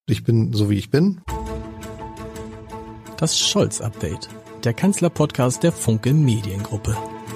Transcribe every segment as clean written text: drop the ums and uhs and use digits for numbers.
Ich bin so, wie ich bin. Das Scholz-Update, der Kanzler-Podcast der Funke Mediengruppe.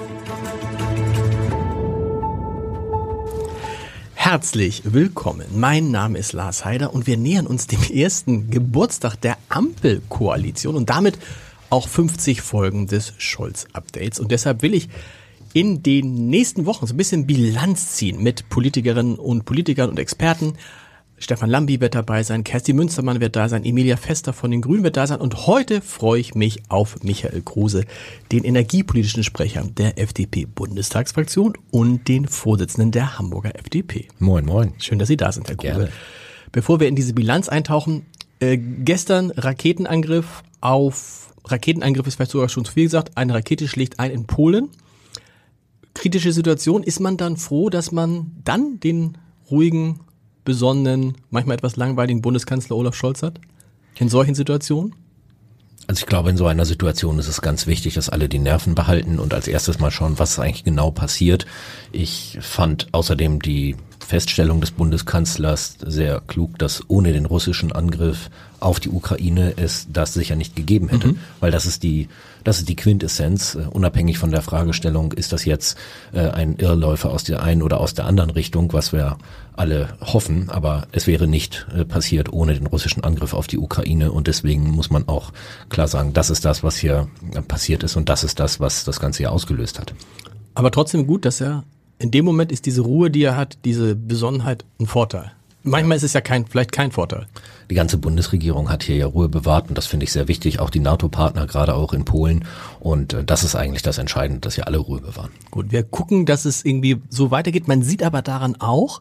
Herzlich willkommen. Mein Name ist Lars Heider und wir nähern uns dem ersten Geburtstag der Ampelkoalition und damit auch 50 Folgen des Scholz-Updates. Und deshalb will ich in den nächsten Wochen so ein bisschen Bilanz ziehen mit Politikerinnen und Politikern und Experten. Stefan Lambi wird dabei sein, Kerstin Münstermann wird da sein, Emilia Vester von den Grünen wird da sein und heute freue ich mich auf Michael Kruse, den energiepolitischen Sprecher der FDP-Bundestagsfraktion und den Vorsitzenden der Hamburger FDP. Moin, moin. Schön, dass Sie da sind, Herr Kruse. Gerne. Bevor wir in diese Bilanz eintauchen, gestern Raketenangriff ist vielleicht sogar schon zu viel gesagt, eine Rakete schlägt ein in Polen. Kritische Situation, ist man dann froh, dass man dann den ruhigen, besonnenen, manchmal etwas langweiligen Bundeskanzler Olaf Scholz hat? In solchen Situationen? Also ich glaube, in so einer Situation ist es ganz wichtig, dass alle die Nerven behalten und als erstes mal schauen, was eigentlich genau passiert. Ich fand außerdem die Feststellung des Bundeskanzlers sehr klug, dass ohne den russischen Angriff auf die Ukraine es das sicher nicht gegeben hätte, weil das ist die Quintessenz, unabhängig von der Fragestellung, ist das jetzt ein Irrläufer aus der einen oder aus der anderen Richtung, was wir alle hoffen, aber es wäre nicht passiert ohne den russischen Angriff auf die Ukraine und deswegen muss man auch klar sagen, das ist das, was hier passiert ist und das ist das, was das Ganze hier ausgelöst hat. Aber trotzdem gut, dass er in dem Moment ist diese Ruhe, die er hat, diese Besonnenheit ein Vorteil. Manchmal ist es ja vielleicht kein Vorteil. Die ganze Bundesregierung hat hier ja Ruhe bewahrt und das finde ich sehr wichtig, auch die NATO-Partner, gerade auch in Polen und das ist eigentlich das Entscheidende, dass wir alle Ruhe bewahren. Gut, wir gucken, dass es irgendwie so weitergeht. Man sieht aber daran auch,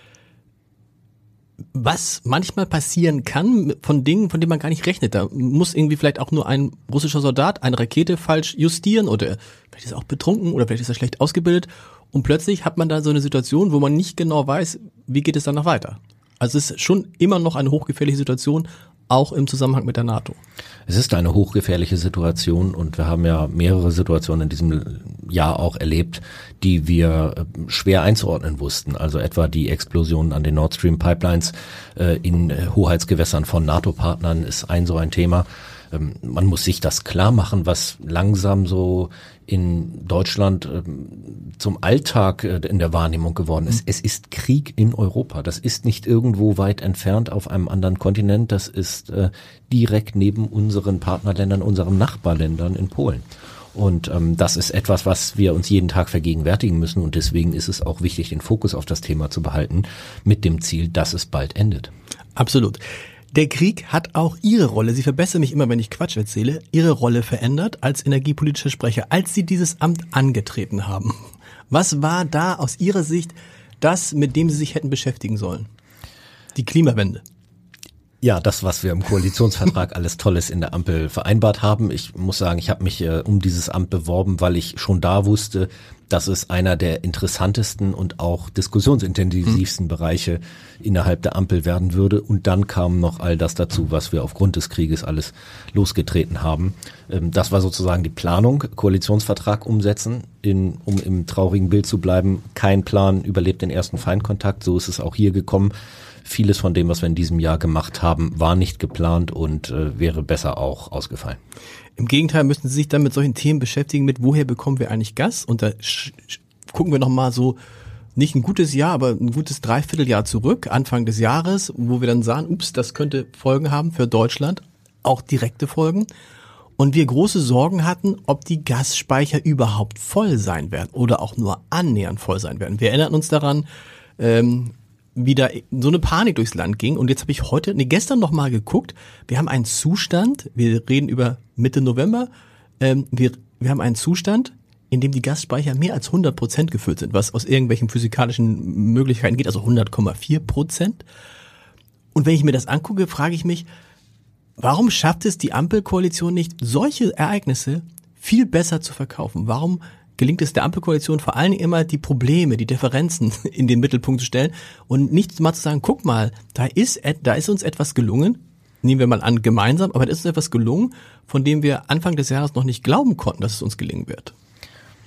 was manchmal passieren kann von Dingen, von denen man gar nicht rechnet. Da muss irgendwie vielleicht auch nur ein russischer Soldat eine Rakete falsch justieren oder vielleicht ist er auch betrunken oder vielleicht ist er schlecht ausgebildet und plötzlich hat man da so eine Situation, wo man nicht genau weiß, wie geht es dann noch weiter. Also es ist schon immer noch eine hochgefährliche Situation, auch im Zusammenhang mit der NATO. Es ist eine hochgefährliche Situation und wir haben ja mehrere Situationen in diesem Jahr auch erlebt, die wir schwer einzuordnen wussten. Also etwa die Explosion an den Nord Stream Pipelines in Hoheitsgewässern von NATO-Partnern ist so ein Thema. Man muss sich das klar machen, was langsam so in Deutschland zum Alltag in der Wahrnehmung geworden ist. Es ist Krieg in Europa. Das ist nicht irgendwo weit entfernt auf einem anderen Kontinent. Das ist direkt neben unseren Partnerländern, unseren Nachbarländern in Polen. Und das ist etwas, was wir uns jeden Tag vergegenwärtigen müssen. Und deswegen ist es auch wichtig, den Fokus auf das Thema zu behalten, mit dem Ziel, dass es bald endet. Absolut. Der Krieg hat auch Ihre Rolle, Sie verbessern mich immer, wenn ich Quatsch erzähle, Ihre Rolle verändert als energiepolitischer Sprecher, als Sie dieses Amt angetreten haben. Was war da aus Ihrer Sicht das, mit dem Sie sich hätten beschäftigen sollen? Die Klimawende. Ja, das, was wir im Koalitionsvertrag alles Tolles in der Ampel vereinbart haben. Ich muss sagen, ich habe mich um dieses Amt beworben, weil ich schon da wusste, dass es einer der interessantesten und auch diskussionsintensivsten Bereiche innerhalb der Ampel werden würde. Und dann kam noch all das dazu, was wir aufgrund des Krieges alles losgetreten haben. Das war sozusagen die Planung, Koalitionsvertrag umsetzen, um im traurigen Bild zu bleiben. Kein Plan überlebt den ersten Feindkontakt, so ist es auch hier gekommen. Vieles von dem, was wir in diesem Jahr gemacht haben, war nicht geplant und wäre besser auch ausgefallen. Im Gegenteil müssen Sie sich dann mit solchen Themen beschäftigen, mit woher bekommen wir eigentlich Gas? Und da gucken wir nochmal so, nicht ein gutes Jahr, aber ein gutes Dreivierteljahr zurück, Anfang des Jahres, wo wir dann sahen, das könnte Folgen haben für Deutschland, auch direkte Folgen. Und wir große Sorgen hatten, ob die Gasspeicher überhaupt voll sein werden oder auch nur annähernd voll sein werden. Wir erinnern uns daran, wie da so eine Panik durchs Land ging. Und jetzt habe ich gestern noch mal geguckt. Wir haben einen Zustand, wir reden über Mitte November, wir haben einen Zustand, in dem die Gasspeicher mehr als 100% gefüllt sind, was aus irgendwelchen physikalischen Möglichkeiten geht, also 100,4%. Und wenn ich mir das angucke, frage ich mich, warum schafft es die Ampelkoalition nicht, solche Ereignisse viel besser zu verkaufen? Warum gelingt es der Ampelkoalition vor allen Dingen immer, die Probleme, die Differenzen in den Mittelpunkt zu stellen und nicht mal zu sagen, guck mal, da ist uns etwas gelungen, nehmen wir mal an, gemeinsam, aber da ist uns etwas gelungen, von dem wir Anfang des Jahres noch nicht glauben konnten, dass es uns gelingen wird.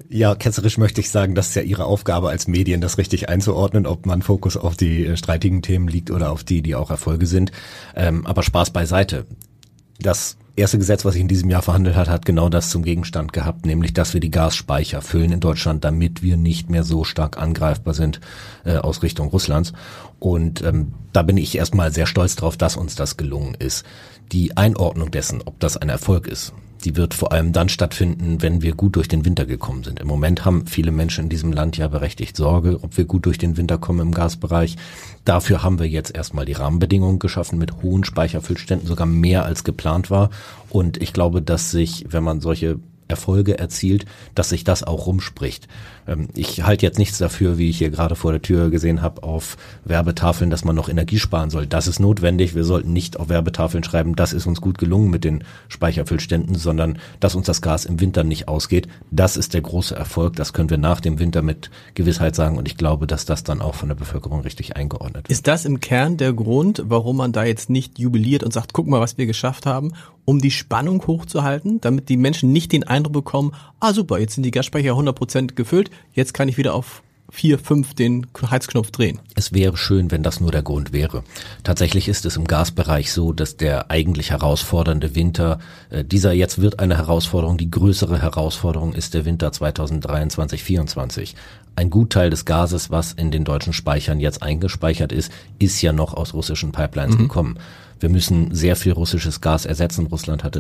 Ja, ketzerisch möchte ich sagen, das ist ja Ihre Aufgabe als Medien, das richtig einzuordnen, ob man Fokus auf die streitigen Themen liegt oder auf die auch Erfolge sind. Aber Spaß beiseite. Das erste Gesetz, was sich in diesem Jahr verhandelt hat genau das zum Gegenstand gehabt, nämlich, dass wir die Gasspeicher füllen in Deutschland, damit wir nicht mehr so stark angreifbar sind aus Richtung Russlands. Und da bin ich erstmal sehr stolz drauf, dass uns das gelungen ist. Die Einordnung dessen, ob das ein Erfolg ist, die wird vor allem dann stattfinden, wenn wir gut durch den Winter gekommen sind. Im Moment haben viele Menschen in diesem Land ja berechtigt Sorge, ob wir gut durch den Winter kommen im Gasbereich. Dafür haben wir jetzt erstmal die Rahmenbedingungen geschaffen mit hohen Speicherfüllständen, sogar mehr als geplant war. Und ich glaube, dass sich, wenn man solche Erfolge erzielt, dass sich das auch rumspricht. Ich halte jetzt nichts dafür, wie ich hier gerade vor der Tür gesehen habe, auf Werbetafeln, dass man noch Energie sparen soll. Das ist notwendig. Wir sollten nicht auf Werbetafeln schreiben, das ist uns gut gelungen mit den Speicherfüllständen, sondern dass uns das Gas im Winter nicht ausgeht. Das ist der große Erfolg. Das können wir nach dem Winter mit Gewissheit sagen. Und ich glaube, dass das dann auch von der Bevölkerung richtig eingeordnet wird. Ist das im Kern der Grund, warum man da jetzt nicht jubiliert und sagt, guck mal, was wir geschafft haben, um die Spannung hochzuhalten, damit die Menschen nicht den Eindruck bekommen, super, jetzt sind die Gasspeicher 100% gefüllt, jetzt kann ich wieder auf 4, 5 den Heizknopf drehen. Es wäre schön, wenn das nur der Grund wäre. Tatsächlich ist es im Gasbereich so, dass der eigentlich herausfordernde Winter, dieser jetzt wird eine Herausforderung, die größere Herausforderung ist der Winter 2023/24. Ein Gutteil des Gases, was in den deutschen Speichern jetzt eingespeichert ist ja noch aus russischen Pipelines gekommen. Wir müssen sehr viel russisches Gas ersetzen. Russland hatte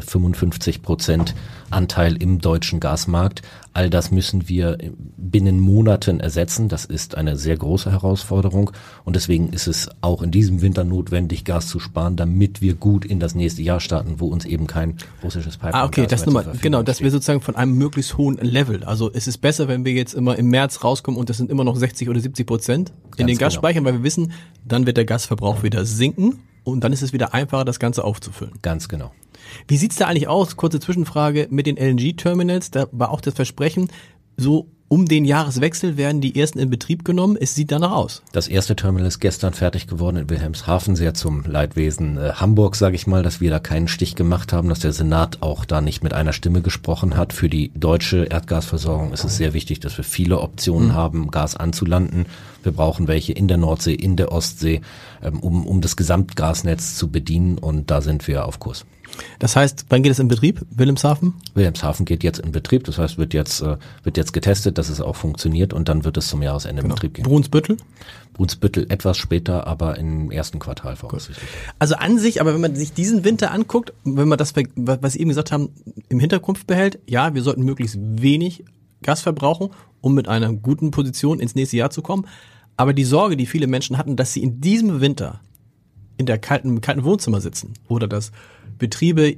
55% Anteil im deutschen Gasmarkt. All das müssen wir binnen Monaten ersetzen. Das ist eine sehr große Herausforderung. Und deswegen ist es auch in diesem Winter notwendig, Gas zu sparen, damit wir gut in das nächste Jahr starten, wo uns eben kein russisches Pipeline okay, das nochmal, genau, dass wir sozusagen von einem möglichst hohen Level. Also es ist besser, wenn wir jetzt immer im März rauskommen und das sind immer noch 60 oder 70% in den Gasspeichern, weil wir wissen, dann wird der Gasverbrauch wieder sinken. Und dann ist es wieder einfacher, das Ganze aufzufüllen. Ganz genau. Wie sieht's da eigentlich aus? Kurze Zwischenfrage mit den LNG-Terminals. Da war auch das Versprechen, so um den Jahreswechsel werden die ersten in Betrieb genommen. Es sieht danach aus. Das erste Terminal ist gestern fertig geworden in Wilhelmshaven, sehr zum Leidwesen Hamburg, sage ich mal, dass wir da keinen Stich gemacht haben, dass der Senat auch da nicht mit einer Stimme gesprochen hat. Für die deutsche Erdgasversorgung ist es sehr wichtig, dass wir viele Optionen haben, Gas anzulanden. Wir brauchen welche in der Nordsee, in der Ostsee, um das Gesamtgasnetz zu bedienen, und da sind wir auf Kurs. Das heißt, wann geht es in Betrieb? Wilhelmshaven? Wilhelmshaven geht jetzt in Betrieb, das heißt, wird jetzt getestet, dass es auch funktioniert, und dann wird es zum Jahresende in Betrieb gehen. Brunsbüttel? Brunsbüttel etwas später, aber im ersten Quartal voraussichtlich. Also an sich, aber wenn man sich diesen Winter anguckt, wenn man das, was Sie eben gesagt haben, im Hinterkopf behält, ja, wir sollten möglichst wenig Gas verbrauchen, um mit einer guten Position ins nächste Jahr zu kommen. Aber die Sorge, die viele Menschen hatten, dass sie in diesem Winter im kalten Wohnzimmer sitzen oder dass Betriebe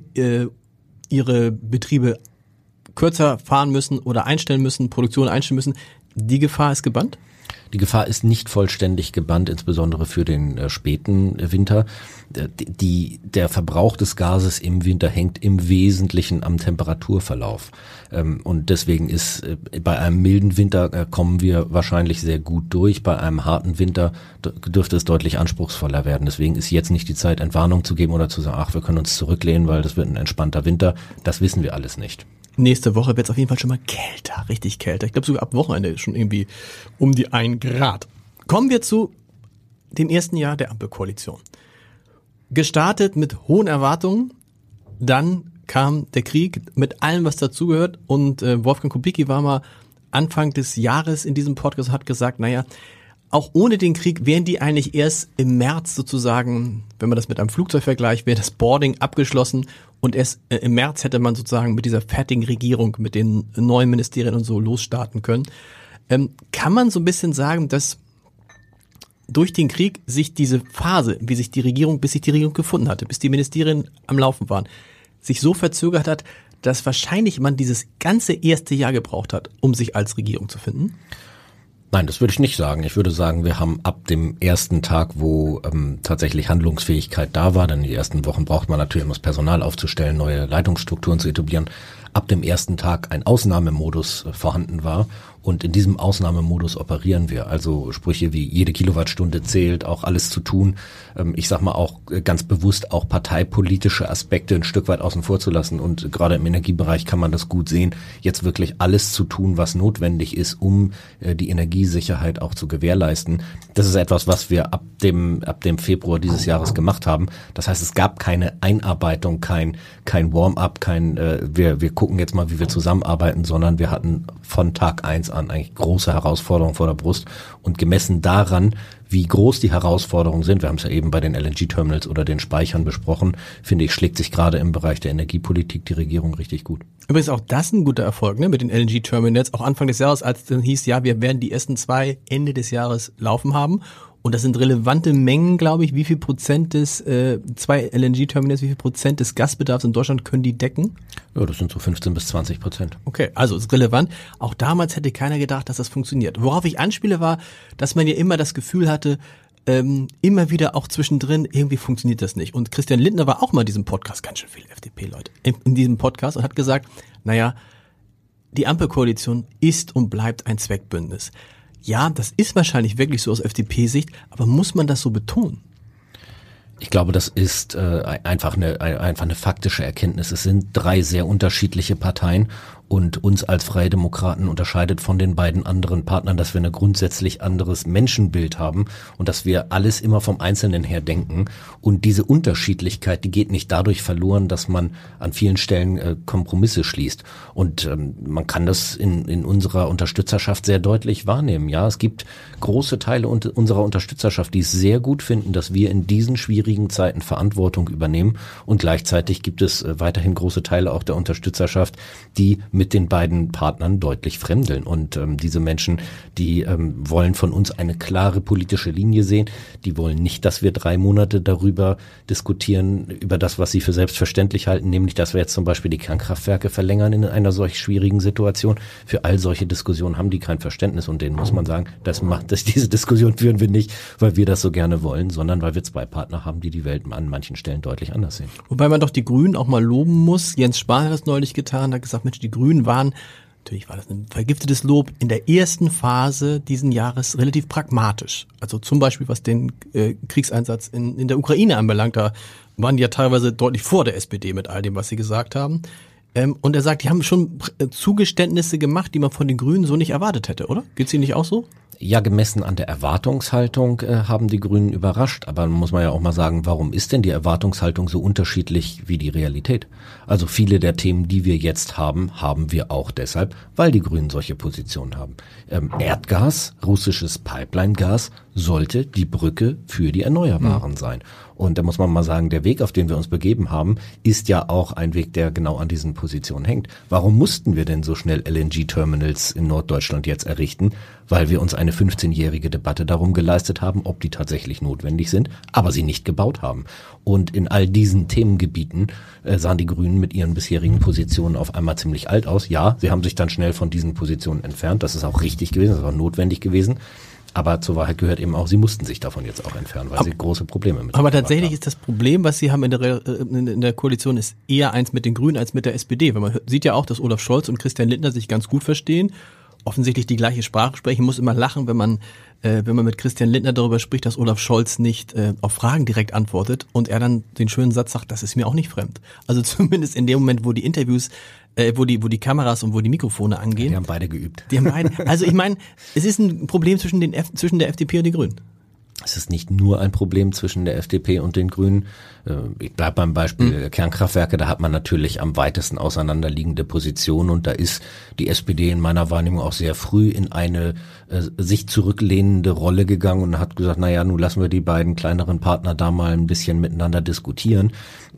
ihre Betriebe kürzer fahren müssen oder einstellen müssen, Produktion einstellen müssen, die Gefahr ist gebannt? Die Gefahr ist nicht vollständig gebannt, insbesondere für den späten Winter. Der Verbrauch des Gases im Winter hängt im Wesentlichen am Temperaturverlauf. Und deswegen ist bei einem milden Winter kommen wir wahrscheinlich sehr gut durch. Bei einem harten Winter dürfte es deutlich anspruchsvoller werden. Deswegen ist jetzt nicht die Zeit, Entwarnung zu geben oder zu sagen, wir können uns zurücklehnen, weil das wird ein entspannter Winter. Das wissen wir alles nicht. Nächste Woche wird es auf jeden Fall schon mal kälter, richtig kälter. Ich glaube sogar ab Wochenende schon irgendwie um die 1 Grad. Kommen wir zu dem ersten Jahr der Ampelkoalition. Gestartet mit hohen Erwartungen, dann kam der Krieg mit allem, was dazugehört, und Wolfgang Kubicki war mal Anfang des Jahres in diesem Podcast, hat gesagt, auch ohne den Krieg wären die eigentlich erst im März sozusagen, wenn man das mit einem Flugzeug vergleicht, wäre das Boarding abgeschlossen und erst im März hätte man sozusagen mit dieser fertigen Regierung, mit den neuen Ministerien und so losstarten können. Kann man so ein bisschen sagen, dass durch den Krieg sich diese Phase, bis sich die Regierung gefunden hatte, bis die Ministerien am Laufen waren, sich so verzögert hat, dass wahrscheinlich man dieses ganze erste Jahr gebraucht hat, um sich als Regierung zu finden? Nein, das würde ich nicht sagen. Ich würde sagen, wir haben ab dem ersten Tag, wo tatsächlich Handlungsfähigkeit da war, denn die ersten Wochen braucht man natürlich, um das Personal aufzustellen, neue Leitungsstrukturen zu etablieren, ab dem ersten Tag ein Ausnahmemodus vorhanden war Und in diesem Ausnahmemodus operieren wir. Also Sprüche wie jede Kilowattstunde zählt, auch alles zu tun. Ich sag mal auch ganz bewusst auch parteipolitische Aspekte ein Stück weit außen vor zu lassen. Und gerade im Energiebereich kann man das gut sehen, jetzt wirklich alles zu tun, was notwendig ist, um die Energiesicherheit auch zu gewährleisten. Das ist etwas, was wir ab dem Februar dieses Jahres gemacht haben. Das heißt, es gab keine Einarbeitung, kein Warm-up, wir gucken jetzt mal, wie wir zusammenarbeiten, sondern wir hatten von Tag 1 an eigentlich große Herausforderungen vor der Brust und gemessen daran, wie groß die Herausforderungen sind, wir haben es ja eben bei den LNG-Terminals oder den Speichern besprochen, finde ich, schlägt sich gerade im Bereich der Energiepolitik die Regierung richtig gut. Übrigens auch das ein guter Erfolg, ne, mit den LNG-Terminals, auch Anfang des Jahres, als es dann hieß, ja, wir werden die ersten 2 Ende des Jahres laufen haben. Und das sind relevante Mengen, glaube ich. Wie viel Prozent des 2 LNG-Terminals, wie viel Prozent des Gasbedarfs in Deutschland können die decken? Ja, das sind so 15-20%. Okay, also ist relevant. Auch damals hätte keiner gedacht, dass das funktioniert. Worauf ich anspiele war, dass man ja immer das Gefühl hatte, immer wieder auch zwischendrin, irgendwie funktioniert das nicht. Und Christian Lindner war auch mal in diesem Podcast, ganz schön viele FDP-Leute, in diesem Podcast und hat gesagt, naja, die Ampelkoalition ist und bleibt ein Zweckbündnis. Ja, das ist wahrscheinlich wirklich so aus FDP-Sicht, aber muss man das so betonen? Ich glaube, das ist einfach eine faktische Erkenntnis. Es sind 3 sehr unterschiedliche Parteien und uns als Freie Demokraten unterscheidet von den beiden anderen Partnern, dass wir ein grundsätzlich anderes Menschenbild haben und dass wir alles immer vom Einzelnen her denken. Und diese Unterschiedlichkeit, die geht nicht dadurch verloren, dass man an vielen Stellen Kompromisse schließt. Und man kann das in unserer Unterstützerschaft sehr deutlich wahrnehmen. Ja, es gibt große Teile unserer Unterstützerschaft, die es sehr gut finden, dass wir in diesen schwierigen Zeiten Verantwortung übernehmen. Und gleichzeitig gibt es weiterhin große Teile auch der Unterstützerschaft, die mit den beiden Partnern deutlich fremdeln. Und diese Menschen, die wollen von uns eine klare politische Linie sehen. Die wollen nicht, dass wir 3 Monate darüber diskutieren, über das, was sie für selbstverständlich halten, nämlich, dass wir jetzt zum Beispiel die Kernkraftwerke verlängern in einer solch schwierigen Situation. Für all solche Diskussionen haben die kein Verständnis und denen muss man sagen, diese Diskussion führen wir nicht, weil wir das so gerne wollen, sondern weil wir 2 Partner haben, die Welt an manchen Stellen deutlich anders sehen. Wobei man doch die Grünen auch mal loben muss. Jens Spahn hat das neulich getan, hat gesagt, Mensch, die Grünen waren, natürlich war das ein vergiftetes Lob, in der ersten Phase diesen Jahres relativ pragmatisch. Also zum Beispiel, was den Kriegseinsatz in der Ukraine anbelangt, da waren die ja teilweise deutlich vor der SPD mit all dem, was sie gesagt haben. Und er sagt, die haben schon Zugeständnisse gemacht, die man von den Grünen so nicht erwartet hätte, oder? Geht's Ihnen nicht auch so? Ja, gemessen an der Erwartungshaltung haben die Grünen überrascht. Aber muss man ja auch mal sagen, warum ist denn die Erwartungshaltung so unterschiedlich wie die Realität? Also viele der Themen, die wir jetzt haben, haben wir auch deshalb, weil die Grünen solche Positionen haben. Erdgas, russisches Pipeline-Gas, sollte die Brücke für die Erneuerbaren sein. Und da muss man mal sagen, der Weg, auf den wir uns begeben haben, ist ja auch ein Weg, der genau an diesen Positionen hängt. Warum mussten wir denn so schnell LNG-Terminals in Norddeutschland jetzt errichten? Weil wir uns eine 15-jährige Debatte darum geleistet haben, ob die tatsächlich notwendig sind, aber sie nicht gebaut haben. Und in all diesen Themengebieten sahen die Grünen mit ihren bisherigen Positionen auf einmal ziemlich alt aus. Ja, sie haben sich dann schnell von diesen Positionen entfernt. Das ist auch richtig gewesen, das ist auch notwendig gewesen. Aber zur Wahrheit gehört eben auch, sie mussten sich davon jetzt auch entfernen, weil sie große Probleme mit haben. Aber tatsächlich ist das Problem, was sie haben in der Koalition, ist eher eins mit den Grünen als mit der SPD. Weil man sieht ja auch, dass Olaf Scholz und Christian Lindner sich ganz gut verstehen, offensichtlich die gleiche Sprache sprechen. Ich muss immer lachen, wenn man mit Christian Lindner darüber spricht, dass Olaf Scholz nicht auf Fragen direkt antwortet und er dann den schönen Satz sagt, das ist mir auch nicht fremd. Also zumindest in dem Moment, wo die Interviews, wo die Kameras und wo die Mikrofone angehen. Ja, die haben beide geübt. Also ich meine, es ist ein Problem zwischen der FDP und den Grünen. Es ist nicht nur ein Problem zwischen der FDP und den Grünen. Ich bleibe beim Beispiel Kernkraftwerke, da hat man natürlich am weitesten auseinanderliegende Positionen und da ist die SPD in meiner Wahrnehmung auch sehr früh in eine sich zurücklehnende Rolle gegangen und hat gesagt, naja, nun lassen wir die beiden kleineren Partner da mal ein bisschen miteinander diskutieren.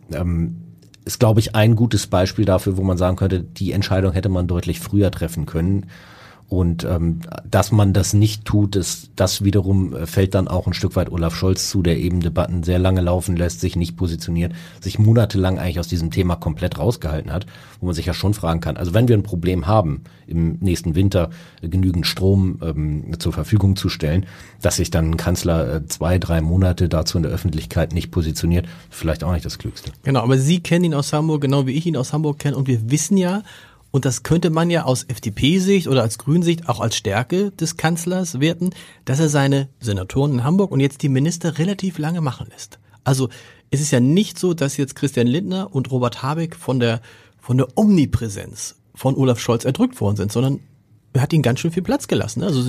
Ist, glaube ich, ein gutes Beispiel dafür, wo man sagen könnte, die Entscheidung hätte man deutlich früher treffen können. Und dass man das nicht tut, das wiederum fällt dann auch ein Stück weit Olaf Scholz zu, der eben Debatten sehr lange laufen lässt, sich nicht positioniert, sich monatelang eigentlich aus diesem Thema komplett rausgehalten hat, wo man sich ja schon fragen kann, also wenn wir ein Problem haben, im nächsten Winter genügend Strom zur Verfügung zu stellen, dass sich dann ein Kanzler 2-3 Monate dazu in der Öffentlichkeit nicht positioniert, vielleicht auch nicht das Klügste. Genau, aber Sie kennen ihn aus Hamburg, genau wie ich ihn aus Hamburg kenne und wir wissen ja, Und das könnte man ja aus FDP-Sicht oder als Grünsicht auch als Stärke des Kanzlers werten, dass er seine Senatoren in Hamburg und jetzt die Minister relativ lange machen lässt. Also es ist ja nicht so, dass jetzt Christian Lindner und Robert Habeck von der Omnipräsenz von Olaf Scholz erdrückt worden sind, sondern er hat ihnen ganz schön viel Platz gelassen. Also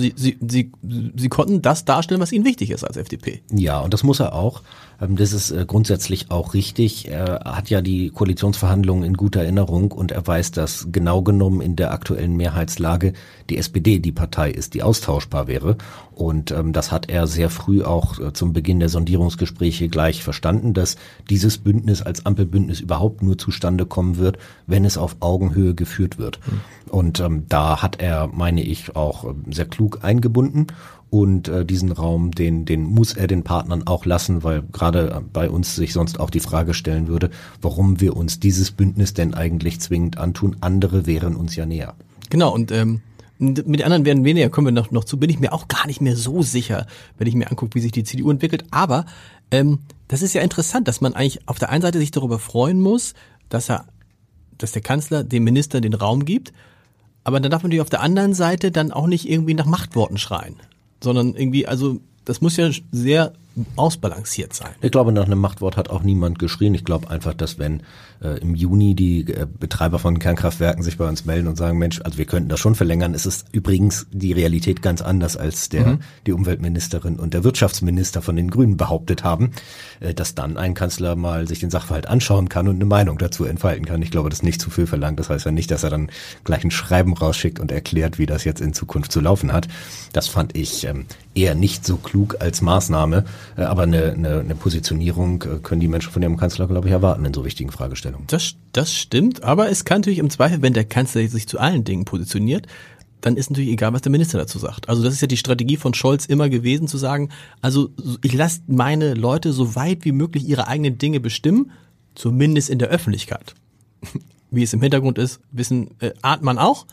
sie konnten das darstellen, was ihnen wichtig ist als FDP. Ja, und das muss er auch. Das ist grundsätzlich auch richtig. Er hat ja die Koalitionsverhandlungen in guter Erinnerung und er weiß, dass genau genommen in der aktuellen Mehrheitslage die SPD die Partei ist, die austauschbar wäre. Und das hat er sehr früh auch zum Beginn der Sondierungsgespräche gleich verstanden, dass dieses Bündnis als Ampelbündnis überhaupt nur zustande kommen wird, wenn es auf Augenhöhe geführt wird. Und da hat er, meine ich, auch sehr klug eingebunden. Und diesen Raum, den muss er den Partnern auch lassen, weil gerade bei uns sich sonst auch die Frage stellen würde, warum wir uns dieses Bündnis denn eigentlich zwingend antun. Andere wären uns ja näher. Genau, und mit den anderen werden weniger, kommen wir noch zu, bin ich mir auch gar nicht mehr so sicher, wenn ich mir angucke, wie sich die CDU entwickelt. Aber das ist ja interessant, dass man eigentlich auf der einen Seite sich darüber freuen muss, dass der Kanzler dem Minister den Raum gibt, aber dann darf man natürlich auf der anderen Seite dann auch nicht irgendwie nach Machtworten schreien. Sondern irgendwie, also das muss ja sehr ausbalanciert sein. Ich glaube, nach einem Machtwort hat auch niemand geschrien. Ich glaube einfach, dass wenn im Juni die Betreiber von Kernkraftwerken sich bei uns melden und sagen, Mensch, also wir könnten das schon verlängern, ist es übrigens die Realität ganz anders, als die Umweltministerin und der Wirtschaftsminister von den Grünen behauptet haben, dass dann ein Kanzler mal sich den Sachverhalt anschauen kann und eine Meinung dazu entfalten kann. Ich glaube, das ist nicht zu viel verlangt. Das heißt ja nicht, dass er dann gleich ein Schreiben rausschickt und erklärt, wie das jetzt in Zukunft zu laufen hat. Das fand ich eher nicht so klug als Maßnahme. Aber eine Positionierung können die Menschen von ihrem Kanzler, glaube ich, erwarten in so wichtigen Fragestellungen. Das stimmt, aber es kann natürlich im Zweifel, wenn der Kanzler sich zu allen Dingen positioniert, dann ist natürlich egal, was der Minister dazu sagt. Also das ist ja die Strategie von Scholz immer gewesen, zu sagen, also ich lasse meine Leute so weit wie möglich ihre eigenen Dinge bestimmen, zumindest in der Öffentlichkeit. Wie es im Hintergrund ist, ahnt man auch.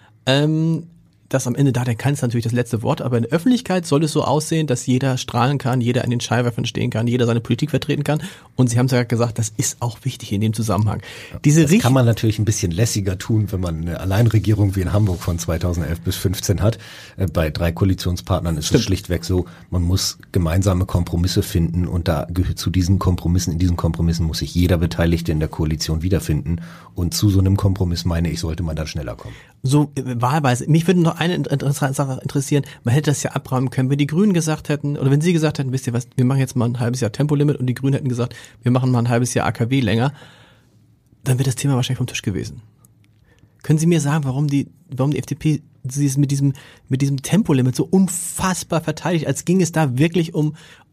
Dass am Ende da der Kanzler natürlich das letzte Wort, aber in der Öffentlichkeit soll es so aussehen, dass jeder strahlen kann, jeder an den Scheinwerfern stehen kann, jeder seine Politik vertreten kann. Und Sie haben es ja gesagt, das ist auch wichtig in dem Zusammenhang. Das kann man natürlich ein bisschen lässiger tun, wenn man eine Alleinregierung wie in Hamburg von 2011 bis 2015 hat. Bei 3 Koalitionspartnern ist es schlichtweg so, man muss gemeinsame Kompromisse finden und da gehört zu diesen Kompromissen, in diesen Kompromissen muss sich jeder Beteiligte in der Koalition wiederfinden. Und zu so einem Kompromiss, meine ich, sollte man da schneller kommen. So wahlweise. Mich würde noch eine interessante Sache interessieren. Man hätte das ja abräumen können, wenn die Grünen gesagt hätten, oder wenn Sie gesagt hätten, wisst ihr was, wir machen jetzt mal ein halbes Jahr Tempolimit und die Grünen hätten gesagt, wir machen mal ein halbes Jahr AKW länger, dann wäre das Thema wahrscheinlich vom Tisch gewesen. Können Sie mir sagen, warum die FDP sie mit diesem Tempolimit so unfassbar verteidigt, als ging es da wirklich um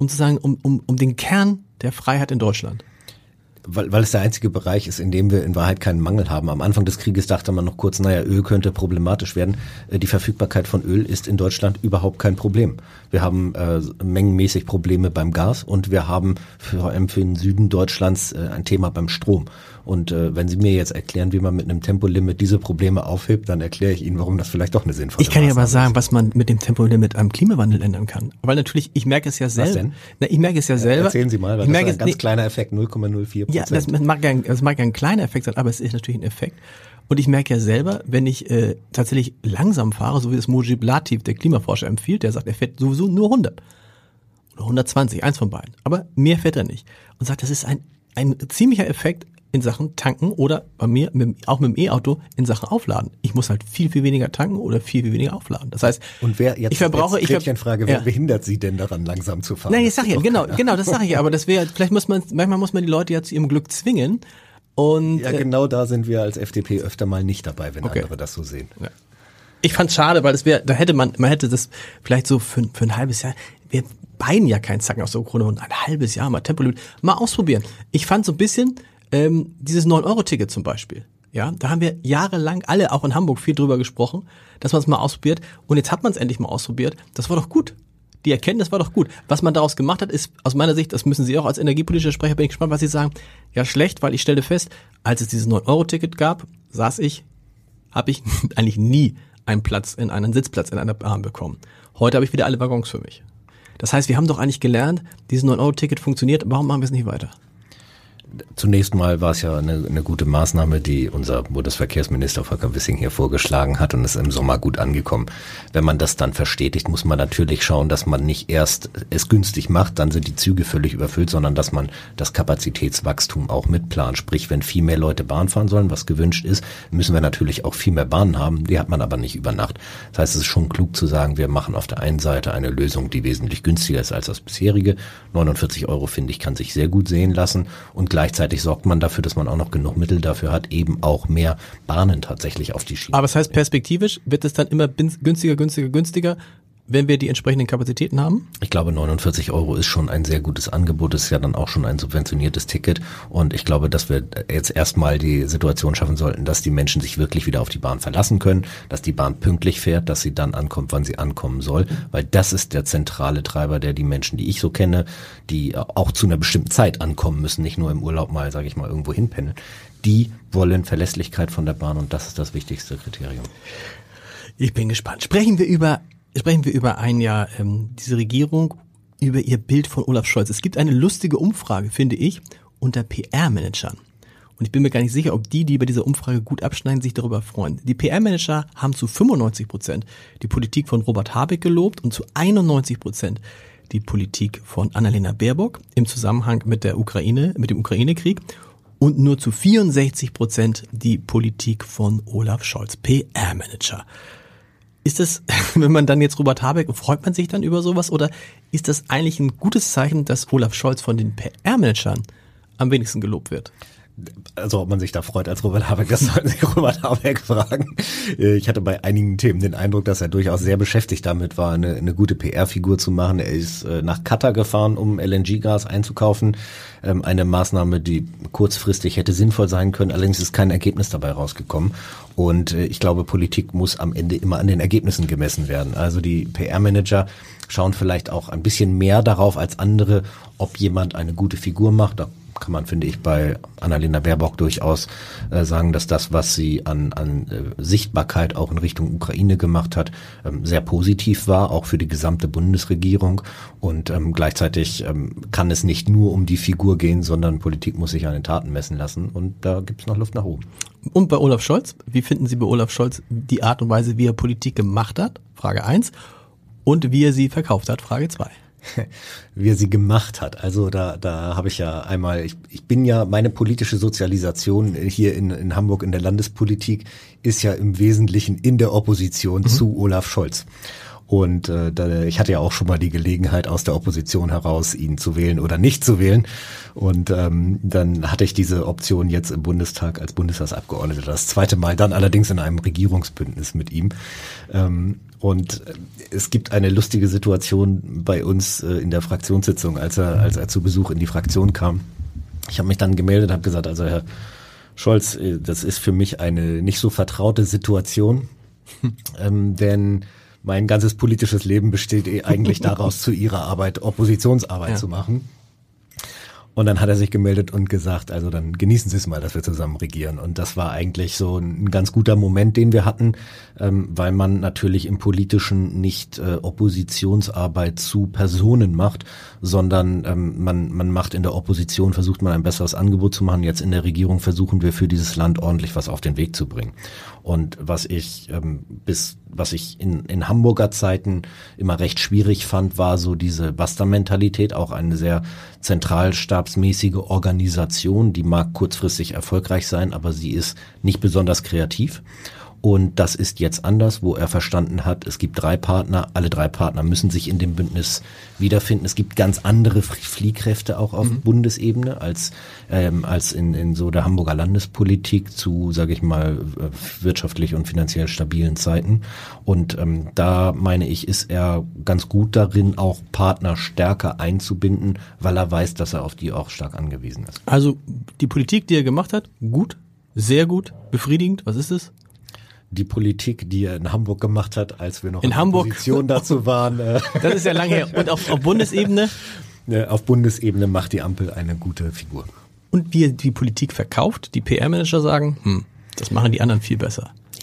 den Kern der Freiheit in Deutschland? Weil es der einzige Bereich ist, in dem wir in Wahrheit keinen Mangel haben. Am Anfang des Krieges dachte man noch kurz, Öl könnte problematisch werden. Die Verfügbarkeit von Öl ist in Deutschland überhaupt kein Problem. Wir haben mengenmäßig Probleme beim Gas und wir haben vor allem für den Süden Deutschlands ein Thema beim Strom. Und wenn Sie mir jetzt erklären, wie man mit einem Tempolimit diese Probleme aufhebt, dann erkläre ich Ihnen, warum das vielleicht doch eine sinnvolle Maßnahme ist. Ich kann Ihnen aber sagen, was man mit dem Tempolimit am Klimawandel ändern kann. Weil natürlich, ich merke es ja selber. Was denn? Ich merke es ja selber. Erzählen Sie mal, weil das ist ein ganz kleiner Effekt, 0,04%. Ja, das mag ja ein kleiner Effekt sein, aber es ist natürlich ein Effekt. Und ich merke ja selber, wenn ich tatsächlich langsam fahre, so wie das Mujib Latif, der Klimaforscher, empfiehlt, der sagt, er fährt sowieso nur 100 oder 120, eins von beiden. Aber mehr fährt er nicht. Und sagt, das ist ein ziemlicher Effekt in Sachen tanken oder bei mir auch mit dem E-Auto in Sachen aufladen. Ich muss halt viel, viel weniger tanken oder viel, viel weniger aufladen. Das heißt, und wer jetzt, wer behindert Sie denn daran, langsam zu fahren? Nein, ich sag ja, genau, das sage ich ja, aber das wäre, manchmal muss man die Leute ja zu ihrem Glück zwingen. Und ja, genau da sind wir als FDP öfter mal nicht dabei, wenn andere das so sehen. Ja. Ich fand's schade, weil man hätte das vielleicht so für ein halbes Jahr, wir beiden ja keinen Zacken aus der Krone und ein halbes Jahr mal Tempolimit mal ausprobieren. Ich fand so ein bisschen dieses 9-Euro-Ticket zum Beispiel. Ja, da haben wir jahrelang alle, auch in Hamburg, viel drüber gesprochen, dass man es mal ausprobiert. Und jetzt hat man es endlich mal ausprobiert. Das war doch gut. Die Erkenntnis war doch gut. Was man daraus gemacht hat, ist aus meiner Sicht, das müssen Sie auch als energiepolitischer Sprecher, bin ich gespannt, was Sie sagen. Ja, schlecht, weil ich stelle fest, als es dieses 9-Euro-Ticket gab, habe ich eigentlich nie einen Sitzplatz in einer Bahn bekommen. Heute habe ich wieder alle Waggons für mich. Das heißt, wir haben doch eigentlich gelernt, dieses 9-Euro-Ticket funktioniert, warum machen wir es nicht weiter? zunächst mal war es ja eine gute Maßnahme, die unser Bundesverkehrsminister Volker Wissing hier vorgeschlagen hat und ist im Sommer gut angekommen. Wenn man das dann verstetigt, muss man natürlich schauen, dass man nicht erst es günstig macht, dann sind die Züge völlig überfüllt, sondern dass man das Kapazitätswachstum auch mitplant. Sprich, wenn viel mehr Leute Bahn fahren sollen, was gewünscht ist, müssen wir natürlich auch viel mehr Bahnen haben. Die hat man aber nicht über Nacht. Das heißt, es ist schon klug zu sagen, wir machen auf der einen Seite eine Lösung, die wesentlich günstiger ist als das bisherige. 49 €, finde ich, kann sich sehr gut sehen lassen. Und gleichzeitig sorgt man dafür, dass man auch noch genug Mittel dafür hat, eben auch mehr Bahnen tatsächlich auf die Schiene. Aber das heißt, perspektivisch wird es dann immer günstiger, wenn wir die entsprechenden Kapazitäten haben? Ich glaube, 49 € ist schon ein sehr gutes Angebot. Das ist ja dann auch schon ein subventioniertes Ticket. Und ich glaube, dass wir jetzt erstmal die Situation schaffen sollten, dass die Menschen sich wirklich wieder auf die Bahn verlassen können, dass die Bahn pünktlich fährt, dass sie dann ankommt, wann sie ankommen soll. Weil das ist der zentrale Treiber, der die Menschen, die ich so kenne, die auch zu einer bestimmten Zeit ankommen müssen, nicht nur im Urlaub mal, sage ich mal, irgendwo hinpendeln. Die wollen Verlässlichkeit von der Bahn und das ist das wichtigste Kriterium. Ich bin gespannt. Sprechen wir über ein Jahr diese Regierung, über ihr Bild von Olaf Scholz. Es gibt eine lustige Umfrage, finde ich, unter PR-Managern. Und ich bin mir gar nicht sicher, ob die bei dieser Umfrage gut abschneiden, sich darüber freuen. Die PR-Manager haben zu 95% die Politik von Robert Habeck gelobt und zu 91% die Politik von Annalena Baerbock im Zusammenhang mit der Ukraine, mit dem Ukraine-Krieg und nur zu 64% die Politik von Olaf Scholz, PR-Manager. Ist das, wenn man dann jetzt Robert Habeck, freut man sich dann über sowas oder ist das eigentlich ein gutes Zeichen, dass Olaf Scholz von den PR-Managern am wenigsten gelobt wird? Also ob man sich da freut als Robert Habeck, das sollten Sie Robert Habeck fragen. Ich hatte bei einigen Themen den Eindruck, dass er durchaus sehr beschäftigt damit war, eine gute PR-Figur zu machen. Er ist nach Katar gefahren, um LNG-Gas einzukaufen. Eine Maßnahme, die kurzfristig hätte sinnvoll sein können. Allerdings ist kein Ergebnis dabei rausgekommen. Und ich glaube, Politik muss am Ende immer an den Ergebnissen gemessen werden. Also die PR-Manager schauen vielleicht auch ein bisschen mehr darauf als andere, ob jemand eine gute Figur macht. Da kann man, finde ich, bei Annalena Baerbock durchaus sagen, dass das, was sie an Sichtbarkeit auch in Richtung Ukraine gemacht hat, sehr positiv war, auch für die gesamte Bundesregierung. Und gleichzeitig kann es nicht nur um die Figur gehen, sondern Politik muss sich an den Taten messen lassen. Und da gibt es noch Luft nach oben. Und bei Olaf Scholz, wie finden Sie bei Olaf Scholz die Art und Weise, wie er Politik gemacht hat? Frage 1. Und wie er sie verkauft hat? Frage 2. Wie er sie gemacht hat. Also da habe ich ja einmal, ich bin ja, meine politische Sozialisation hier in Hamburg in der Landespolitik ist ja im Wesentlichen in der Opposition zu Olaf Scholz. Und ich hatte ja auch schon mal die Gelegenheit, aus der Opposition heraus ihn zu wählen oder nicht zu wählen. Und dann hatte ich diese Option jetzt im Bundestag als Bundestagsabgeordneter. Das zweite Mal dann allerdings in einem Regierungsbündnis mit ihm. Und es gibt eine lustige Situation bei uns in der Fraktionssitzung, als er zu Besuch in die Fraktion kam. Ich habe mich dann gemeldet, habe gesagt, also Herr Scholz, das ist für mich eine nicht so vertraute Situation, denn mein ganzes politisches Leben besteht eigentlich daraus, zu Ihrer Arbeit Oppositionsarbeit zu machen. Und dann hat er sich gemeldet und gesagt, also dann genießen Sie es mal, dass wir zusammen regieren. Und das war eigentlich so ein ganz guter Moment, den wir hatten, weil man natürlich im Politischen nicht Oppositionsarbeit zu Personen macht, sondern man macht in der Opposition, versucht man ein besseres Angebot zu machen. Jetzt in der Regierung versuchen wir für dieses Land ordentlich was auf den Weg zu bringen. Und was ich in Hamburger Zeiten immer recht schwierig fand, war so diese Basta-Mentalität, auch eine sehr zentralstabsmäßige Organisation, die mag kurzfristig erfolgreich sein, aber sie ist nicht besonders kreativ. Und das ist jetzt anders, wo er verstanden hat, es gibt 3 Partner, alle 3 Partner müssen sich in dem Bündnis wiederfinden. Es gibt ganz andere Fliehkräfte auch auf Bundesebene als in so der Hamburger Landespolitik zu, sage ich mal, wirtschaftlich und finanziell stabilen Zeiten. Und da meine ich, ist er ganz gut darin, auch Partner stärker einzubinden, weil er weiß, dass er auf die auch stark angewiesen ist. Also die Politik, die er gemacht hat, gut, sehr gut, befriedigend, was ist es? Die Politik, die er in Hamburg gemacht hat, als wir noch in Hamburg Opposition dazu waren. Das ist ja lange her. Und auf Bundesebene? Auf Bundesebene macht die Ampel eine gute Figur. Und wie er die Politik verkauft, die PR-Manager sagen, das machen die anderen viel besser.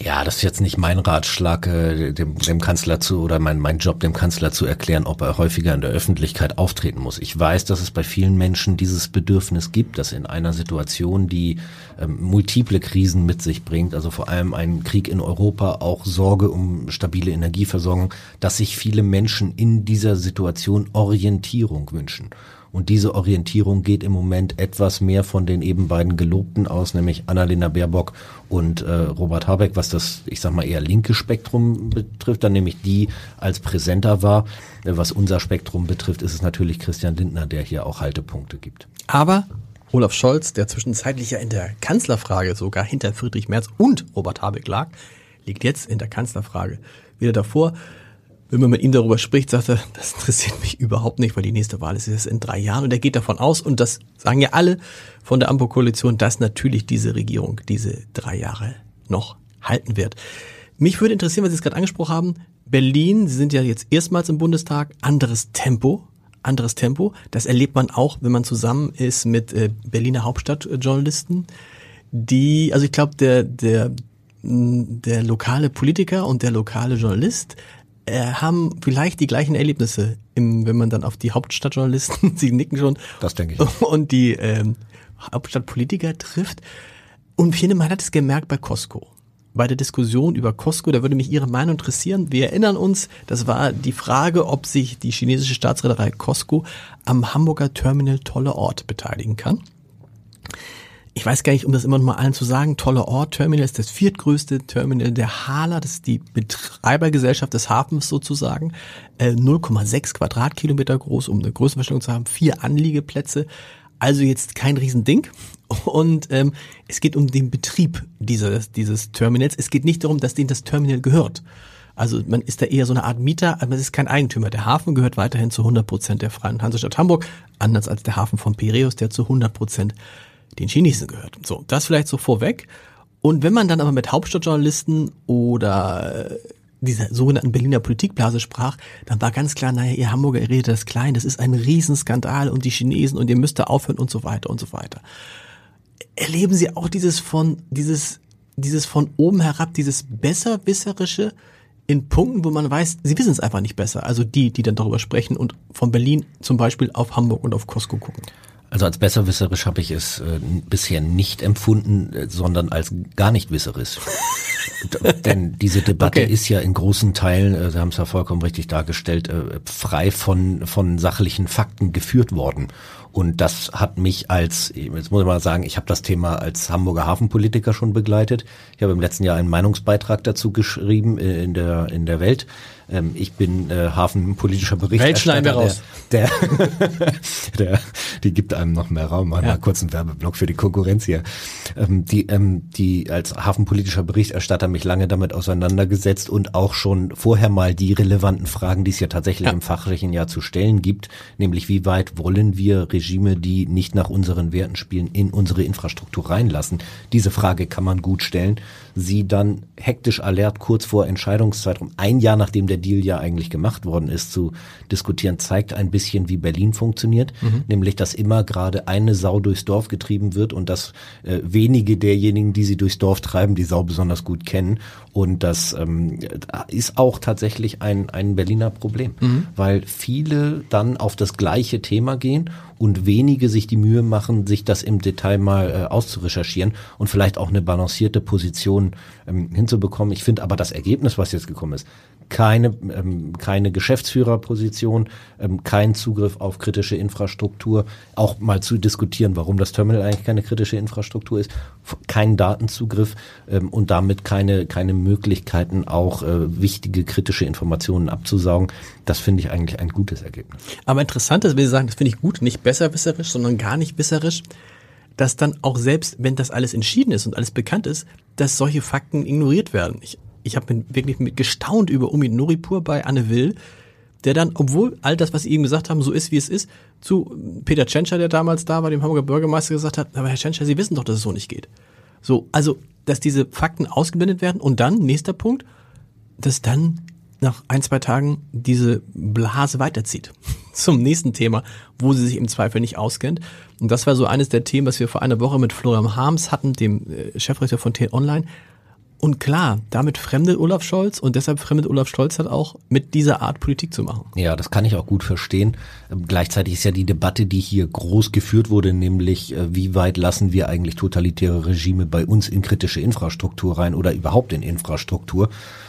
Ja, das ist jetzt nicht mein Ratschlag, dem Kanzler oder mein Job, dem Kanzler zu erklären, ob er häufiger in der Öffentlichkeit auftreten muss. Ich weiß, dass es bei vielen Menschen dieses Bedürfnis gibt, dass in einer Situation, die multiple Krisen mit sich bringt, also vor allem einen Krieg in Europa, auch Sorge um stabile Energieversorgung, dass sich viele Menschen in dieser Situation Orientierung wünschen. Und diese Orientierung geht im Moment etwas mehr von den eben beiden Gelobten aus, nämlich Annalena Baerbock und Robert Habeck, was das, ich sag mal, eher linke Spektrum betrifft, dann nämlich die als präsenter war. Was unser Spektrum betrifft, ist es natürlich Christian Lindner, der hier auch Haltepunkte gibt. Aber Olaf Scholz, der zwischenzeitlich ja in der Kanzlerfrage sogar hinter Friedrich Merz und Robert Habeck lag, liegt jetzt in der Kanzlerfrage wieder davor. Wenn man mit ihm darüber spricht, sagt er, das interessiert mich überhaupt nicht, weil die nächste Wahl ist erst in 3 Jahren. Und er geht davon aus, und das sagen ja alle von der Ampelkoalition, dass natürlich diese Regierung diese 3 Jahre noch halten wird. Mich würde interessieren, was Sie es gerade angesprochen haben. Berlin, Sie sind ja jetzt erstmals im Bundestag, anderes Tempo. Das erlebt man auch, wenn man zusammen ist mit Berliner Hauptstadtjournalisten. Also ich glaube, der lokale Politiker und der lokale Journalist haben vielleicht die gleichen Erlebnisse, wenn man dann auf die Hauptstadtjournalisten, Sie nicken schon, das denke ich, und die Hauptstadtpolitiker trifft. Und ich finde, man hat es gemerkt bei Costco. Bei der Diskussion über Costco, da würde mich Ihre Meinung interessieren. Wir erinnern uns, das war die Frage, ob sich die chinesische Staatsreederei Costco am Hamburger Terminal Toller Ort beteiligen kann. Ich weiß gar nicht, um das immer noch mal allen zu sagen, Toller Ort Terminal ist das 4. Terminal der HHLA, das ist die Betreibergesellschaft des Hafens sozusagen, 0,6 Quadratkilometer groß, um eine Größenverstellung zu haben, 4 Anliegeplätze, also jetzt kein Riesending. Und es geht um den Betrieb dieses Terminals. Es geht nicht darum, dass denen das Terminal gehört. Also man ist da eher so eine Art Mieter, aber es ist kein Eigentümer. Der Hafen gehört weiterhin zu 100% der Freien Hansestadt Hamburg, anders als der Hafen von Piräus, der zu 100% den Chinesen gehört. So, das vielleicht so vorweg. Und wenn man dann aber mit Hauptstadtjournalisten oder dieser sogenannten Berliner Politikblase sprach, dann war ganz klar, naja, ihr Hamburger, ihr redet das klein, das ist ein Riesenskandal und die Chinesen und ihr müsst da aufhören und so weiter und so weiter. Erleben Sie auch dieses von oben herab, dieses Besserwisserische in Punkten, wo man weiß, Sie wissen es einfach nicht besser. Also die dann darüber sprechen und von Berlin zum Beispiel auf Hamburg und auf Costco gucken. Also als besserwisserisch habe ich es bisher nicht empfunden, sondern als gar nicht wisserisch. Denn diese Debatte ist ja in großen Teilen, Sie haben es ja vollkommen richtig dargestellt, frei von sachlichen Fakten geführt worden. Und das hat mich jetzt muss ich mal sagen, ich habe das Thema als Hamburger Hafenpolitiker schon begleitet. Ich habe im letzten Jahr einen Meinungsbeitrag dazu geschrieben in der Welt. Ich bin hafenpolitischer Berichterstatter. Die gibt einem noch mehr Raum. Mal kurz einen Werbeblock für die Konkurrenz hier. Die als hafenpolitischer Berichterstatter mich lange damit auseinandergesetzt und auch schon vorher mal die relevanten Fragen, die es ja tatsächlich im fachlichen Jahr zu stellen gibt, nämlich wie weit wollen wir Regime, die nicht nach unseren Werten spielen, in unsere Infrastruktur reinlassen. Diese Frage kann man gut stellen. Sie dann hektisch alert kurz vor Entscheidungszeitraum, 1 Jahr nachdem der Deal ja eigentlich gemacht worden ist, zu diskutieren, zeigt ein bisschen, wie Berlin funktioniert. Nämlich, dass immer gerade eine Sau durchs Dorf getrieben wird und dass wenige derjenigen, die sie durchs Dorf treiben, die Sau besonders gut kennen. Und das ist auch tatsächlich ein Berliner Problem, weil viele dann auf das gleiche Thema gehen und wenige sich die Mühe machen, sich das im Detail mal auszurecherchieren und vielleicht auch eine balancierte Position hinzubekommen. Ich finde aber das Ergebnis, was jetzt gekommen ist, keine Geschäftsführerposition, kein Zugriff auf kritische Infrastruktur, auch mal zu diskutieren, warum das Terminal eigentlich keine kritische Infrastruktur ist, kein Datenzugriff und damit keine Möglichkeiten, auch wichtige kritische Informationen abzusaugen. Das finde ich eigentlich ein gutes Ergebnis. Aber interessant ist, wie Sie sagen, das finde ich gut, nicht besserwisserisch, sondern gar nicht wisserisch, dass dann auch selbst, wenn das alles entschieden ist und alles bekannt ist, dass solche Fakten ignoriert werden. Ich habe wirklich gestaunt über Omid Nuripur bei Anne Will, der dann, obwohl all das, was Sie eben gesagt haben, so ist, wie es ist, zu Peter Tschentscher, der damals da war, dem Hamburger Bürgermeister, gesagt hat, aber Herr Tschentscher, Sie wissen doch, dass es so nicht geht. So, also, dass diese Fakten ausgeblendet werden und dann, nächster Punkt, dass dann nach 1-2 Tagen diese Blase weiterzieht zum nächsten Thema, wo sie sich im Zweifel nicht auskennt. Und das war so eines der Themen, was wir vor einer Woche mit Florian Harms hatten, dem Chefredakteur von T-Online. Und klar, damit fremdet Olaf Scholz und deshalb fremdet Olaf Scholz halt auch mit dieser Art Politik zu machen. Ja, das kann ich auch gut verstehen. Gleichzeitig ist ja die Debatte, die hier groß geführt wurde, nämlich wie weit lassen wir eigentlich totalitäre Regime bei uns in kritische Infrastruktur rein oder überhaupt in Infrastruktur.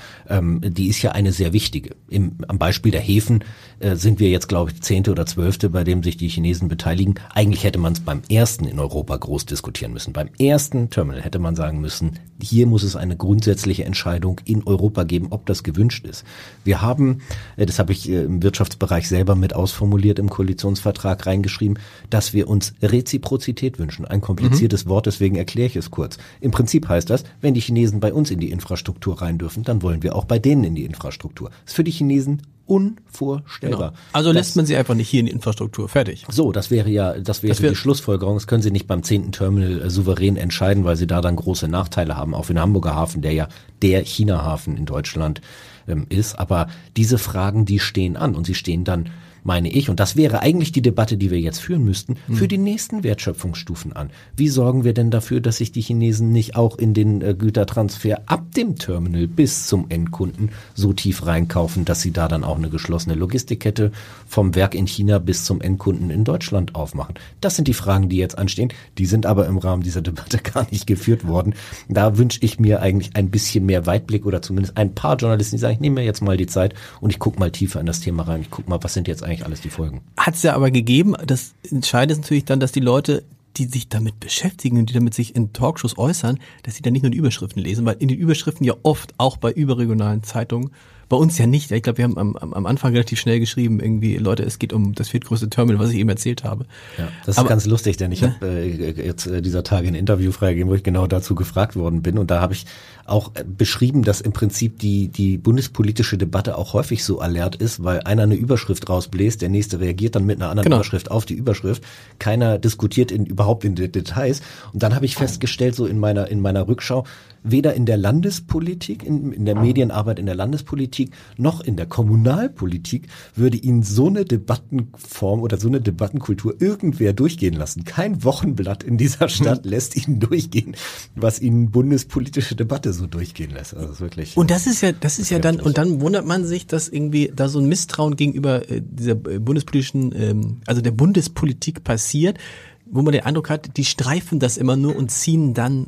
Die ist ja eine sehr wichtige. Am Beispiel der Häfen sind wir jetzt, glaube ich, 10. oder 12., bei dem sich die Chinesen beteiligen. Eigentlich hätte man es beim ersten in Europa groß diskutieren müssen. Beim ersten Terminal hätte man sagen müssen, hier muss es eine grundsätzliche Entscheidung in Europa geben, ob das gewünscht ist. Wir haben, das habe ich im Wirtschaftsbereich selber mit ausformuliert im Koalitionsvertrag reingeschrieben, dass wir uns Reziprozität wünschen. Ein kompliziertes Wort, deswegen erkläre ich es kurz. Im Prinzip heißt das, wenn die Chinesen bei uns in die Infrastruktur rein dürfen, dann wollen wir auch bei denen in die Infrastruktur. Das ist für die Chinesen unvorstellbar. Genau. Also lässt man sie einfach nicht hier in die Infrastruktur. Fertig. So, das wäre die Schlussfolgerung. Das können sie nicht beim 10. Terminal souverän entscheiden, weil sie da dann große Nachteile haben, auch für den Hamburger Hafen, der ja der China-Hafen in Deutschland ist. Aber diese Fragen, die stehen an und sie stehen dann, meine ich, und das wäre eigentlich die Debatte, die wir jetzt führen müssten, für die nächsten Wertschöpfungsstufen an. Wie sorgen wir denn dafür, dass sich die Chinesen nicht auch in den Gütertransfer ab dem Terminal bis zum Endkunden so tief reinkaufen, dass sie da dann auch eine geschlossene Logistikkette vom Werk in China bis zum Endkunden in Deutschland aufmachen? Das sind die Fragen, die jetzt anstehen. Die sind aber im Rahmen dieser Debatte gar nicht geführt worden. Da wünsche ich mir eigentlich ein bisschen mehr Weitblick oder zumindest ein paar Journalisten, die sagen, ich nehme mir jetzt mal die Zeit und ich gucke mal tiefer in das Thema rein. Ich gucke mal, was sind jetzt eigentlich alles die Folgen. Hat es ja aber gegeben. Das Entscheidende ist natürlich dann, dass die Leute, die sich damit beschäftigen und die damit sich in Talkshows äußern, dass sie dann nicht nur die Überschriften lesen, weil in den Überschriften ja oft, auch bei überregionalen Zeitungen, bei uns ja nicht. Ich glaube, wir haben am Anfang relativ schnell geschrieben, irgendwie, Leute, es geht um das viertgrößte Terminal, was ich eben erzählt habe. Ja, das ist ganz lustig, denn ich habe jetzt dieser Tage ein Interview freigegeben, wo ich genau dazu gefragt worden bin. Und da habe ich auch beschrieben, dass im Prinzip die bundespolitische Debatte auch häufig so alert ist, weil einer eine Überschrift rausbläst, der nächste reagiert dann mit einer anderen Überschrift auf die Überschrift. Keiner diskutiert überhaupt in Details. Und dann habe ich festgestellt, so in meiner Rückschau, weder in der Landespolitik, in der Medienarbeit in der Landespolitik, noch in der Kommunalpolitik würde Ihnen so eine Debattenform oder so eine Debattenkultur irgendwer durchgehen lassen. Kein Wochenblatt in dieser Stadt lässt Ihnen durchgehen, was Ihnen bundespolitische Debatte so durchgehen lässt. Also das ist wirklich. Und das ist ja dann, und dann wundert man sich, dass irgendwie da so ein Misstrauen gegenüber dieser bundespolitischen, also der Bundespolitik passiert, wo man den Eindruck hat, die streifen das immer nur und ziehen dann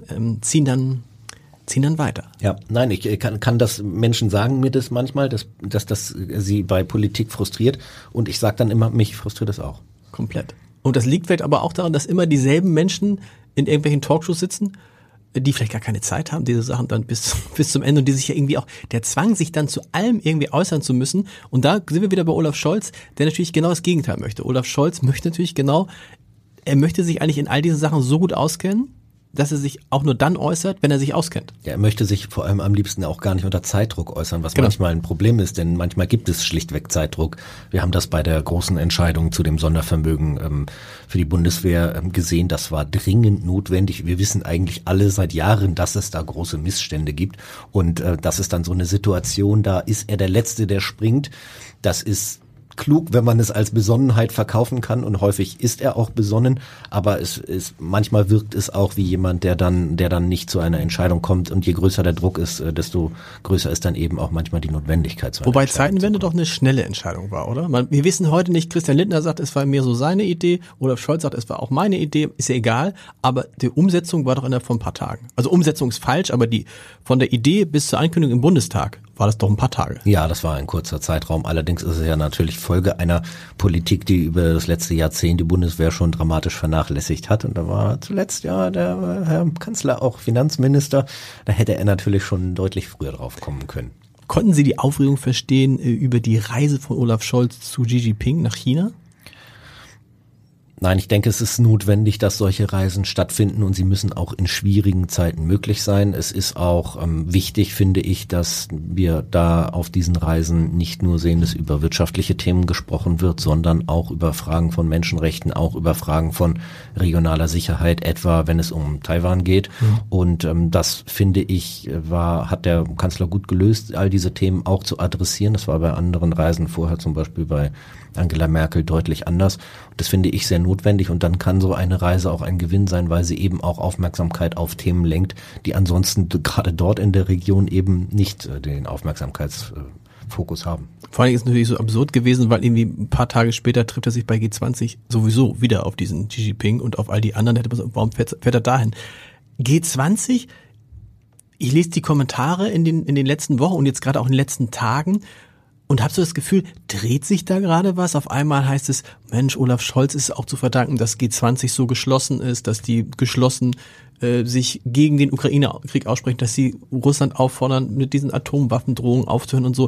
weiter. Ja, nein, ich kann das, Menschen sagen mir das manchmal, dass das sie bei Politik frustriert und ich sage dann immer, mich frustriert das auch. Komplett. Und das liegt vielleicht aber auch daran, dass immer dieselben Menschen in irgendwelchen Talkshows sitzen, die vielleicht gar keine Zeit haben, diese Sachen dann bis zum Ende und die sich ja irgendwie auch, der Zwang, sich dann zu allem irgendwie äußern zu müssen. Und da sind wir wieder bei Olaf Scholz, der natürlich genau das Gegenteil möchte. Olaf Scholz möchte natürlich er möchte sich eigentlich in all diesen Sachen so gut auskennen, dass er sich auch nur dann äußert, wenn er sich auskennt. Ja, er möchte sich vor allem am liebsten auch gar nicht unter Zeitdruck äußern, was manchmal ein Problem ist, denn manchmal gibt es schlichtweg Zeitdruck. Wir haben das bei der großen Entscheidung zu dem Sondervermögen für die Bundeswehr gesehen. Das war dringend notwendig. Wir wissen eigentlich alle seit Jahren, dass es da große Missstände gibt und das ist dann so eine Situation, da ist er der Letzte, der springt. Das ist klug, wenn man es als Besonnenheit verkaufen kann und häufig ist er auch besonnen, aber manchmal wirkt es auch wie jemand, der dann nicht zu einer Entscheidung kommt und je größer der Druck ist, desto größer ist dann eben auch manchmal die Notwendigkeit zu einer Wobei Entscheidung. Zeitenwende doch eine schnelle Entscheidung war, oder? Wir wissen heute nicht, Christian Lindner sagt, es war mehr so seine Idee, Olaf Scholz sagt, es war auch meine Idee, ist ja egal, aber die Umsetzung war doch innerhalb von ein paar Tagen. Also Umsetzung ist falsch, aber von der Idee bis zur Ankündigung im Bundestag war das doch ein paar Tage. Ja, das war ein kurzer Zeitraum. Allerdings ist es ja natürlich Folge einer Politik, die über das letzte Jahrzehnt die Bundeswehr schon dramatisch vernachlässigt hat. Und da war zuletzt ja der Herr Kanzler auch Finanzminister. Da hätte er natürlich schon deutlich früher drauf kommen können. Konnten Sie die Aufregung verstehen über die Reise von Olaf Scholz zu Xi Jinping nach China? Nein, ich denke, es ist notwendig, dass solche Reisen stattfinden und sie müssen auch in schwierigen Zeiten möglich sein. Es ist auch wichtig, finde ich, dass wir da auf diesen Reisen nicht nur sehen, dass über wirtschaftliche Themen gesprochen wird, sondern auch über Fragen von Menschenrechten, auch über Fragen von regionaler Sicherheit, etwa wenn es um Taiwan geht. Mhm. Und das, finde ich, hat der Kanzler gut gelöst, all diese Themen auch zu adressieren. Das war bei anderen Reisen vorher, zum Beispiel bei Angela Merkel, deutlich anders. Und das finde ich sehr notwendig und dann kann so eine Reise auch ein Gewinn sein, weil sie eben auch Aufmerksamkeit auf Themen lenkt, die ansonsten gerade dort in der Region eben nicht den Aufmerksamkeitsfokus haben. Vor allem ist es natürlich so absurd gewesen, weil irgendwie ein paar Tage später trifft er sich bei G20 sowieso wieder auf diesen Xi Jinping und auf all die anderen. Da hätte man so, warum fährt er dahin? G20, ich lese die Kommentare in den letzten Wochen und jetzt gerade auch in den letzten Tagen und habe so das Gefühl, dreht sich da gerade was? Auf einmal heißt es, Mensch, Olaf Scholz ist auch zu verdanken, dass G20 so geschlossen ist, dass die geschlossen sich gegen den Ukraine-Krieg aussprechen, dass sie Russland auffordern, mit diesen Atomwaffendrohungen aufzuhören und so.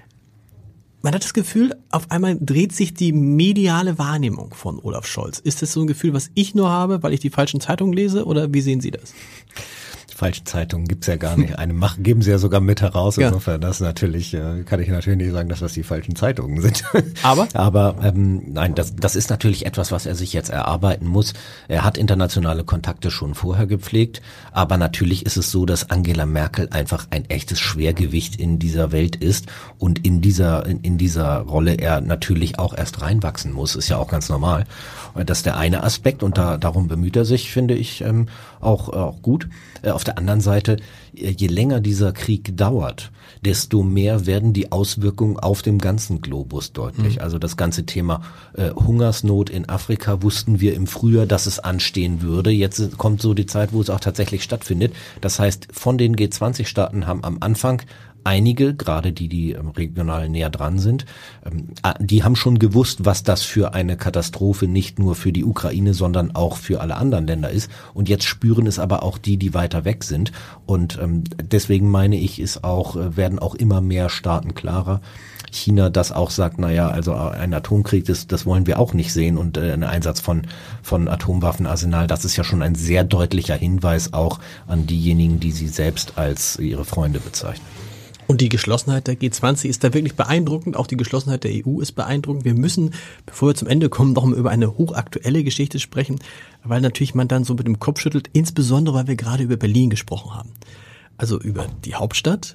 Man hat das Gefühl, auf einmal dreht sich die mediale Wahrnehmung von Olaf Scholz. Ist das so ein Gefühl, was ich nur habe, weil ich die falschen Zeitungen lese, oder wie sehen Sie das? Falschen Zeitungen gibt's ja gar nicht. Geben sie ja sogar mit heraus. Ja. Insofern, das natürlich, kann ich natürlich nicht sagen, dass das die falschen Zeitungen sind. Aber nein, das ist natürlich etwas, was er sich jetzt erarbeiten muss. Er hat internationale Kontakte schon vorher gepflegt, aber natürlich ist es so, dass Angela Merkel einfach ein echtes Schwergewicht in dieser Welt ist und in dieser Rolle er natürlich auch erst reinwachsen muss. Ist ja auch ganz normal. Das ist der eine Aspekt und darum bemüht er sich, finde ich, auch gut. Auf der anderen Seite, je länger dieser Krieg dauert, desto mehr werden die Auswirkungen auf dem ganzen Globus deutlich. Also das ganze Thema Hungersnot in Afrika wussten wir im Frühjahr, dass es anstehen würde. Jetzt kommt so die Zeit, wo es auch tatsächlich stattfindet. Das heißt, von den G20-Staaten haben am Anfang einige, gerade die regional näher dran sind, die haben schon gewusst, was das für eine Katastrophe nicht nur für die Ukraine, sondern auch für alle anderen Länder ist. Und jetzt spüren es aber auch die weiter weg sind. Und deswegen meine ich, werden auch immer mehr Staaten klarer. China, das auch sagt, naja, also ein Atomkrieg, das wollen wir auch nicht sehen und ein Einsatz von Atomwaffenarsenal, das ist ja schon ein sehr deutlicher Hinweis auch an diejenigen, die sie selbst als ihre Freunde bezeichnen. Und die Geschlossenheit der G20 ist da wirklich beeindruckend. Auch die Geschlossenheit der EU ist beeindruckend. Wir müssen, bevor wir zum Ende kommen, noch mal über eine hochaktuelle Geschichte sprechen, weil natürlich man dann so mit dem Kopf schüttelt, insbesondere weil wir gerade über Berlin gesprochen haben. Also über die Hauptstadt.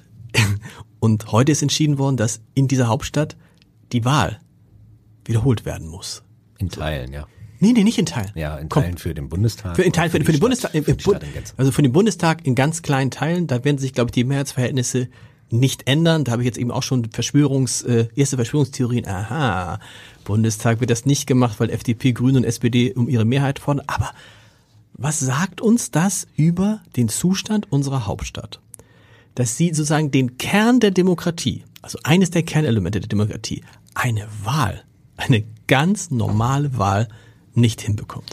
Und heute ist entschieden worden, dass in dieser Hauptstadt die Wahl wiederholt werden muss. In Teilen, ja. Nee, nicht in Teilen. Ja, in Teilen für den Bundestag. Für den Bundestag. Also für den Bundestag in ganz kleinen Teilen. Da werden sich, glaube ich, die Mehrheitsverhältnisse nicht ändern. Da habe ich jetzt eben auch schon erste Verschwörungstheorien. Aha, Bundestag wird das nicht gemacht, weil FDP, Grüne und SPD um ihre Mehrheit fordern. Aber was sagt uns das über den Zustand unserer Hauptstadt? Dass sie sozusagen den Kern der Demokratie, also eines der Kernelemente der Demokratie, eine ganz normale Wahl nicht hinbekommt.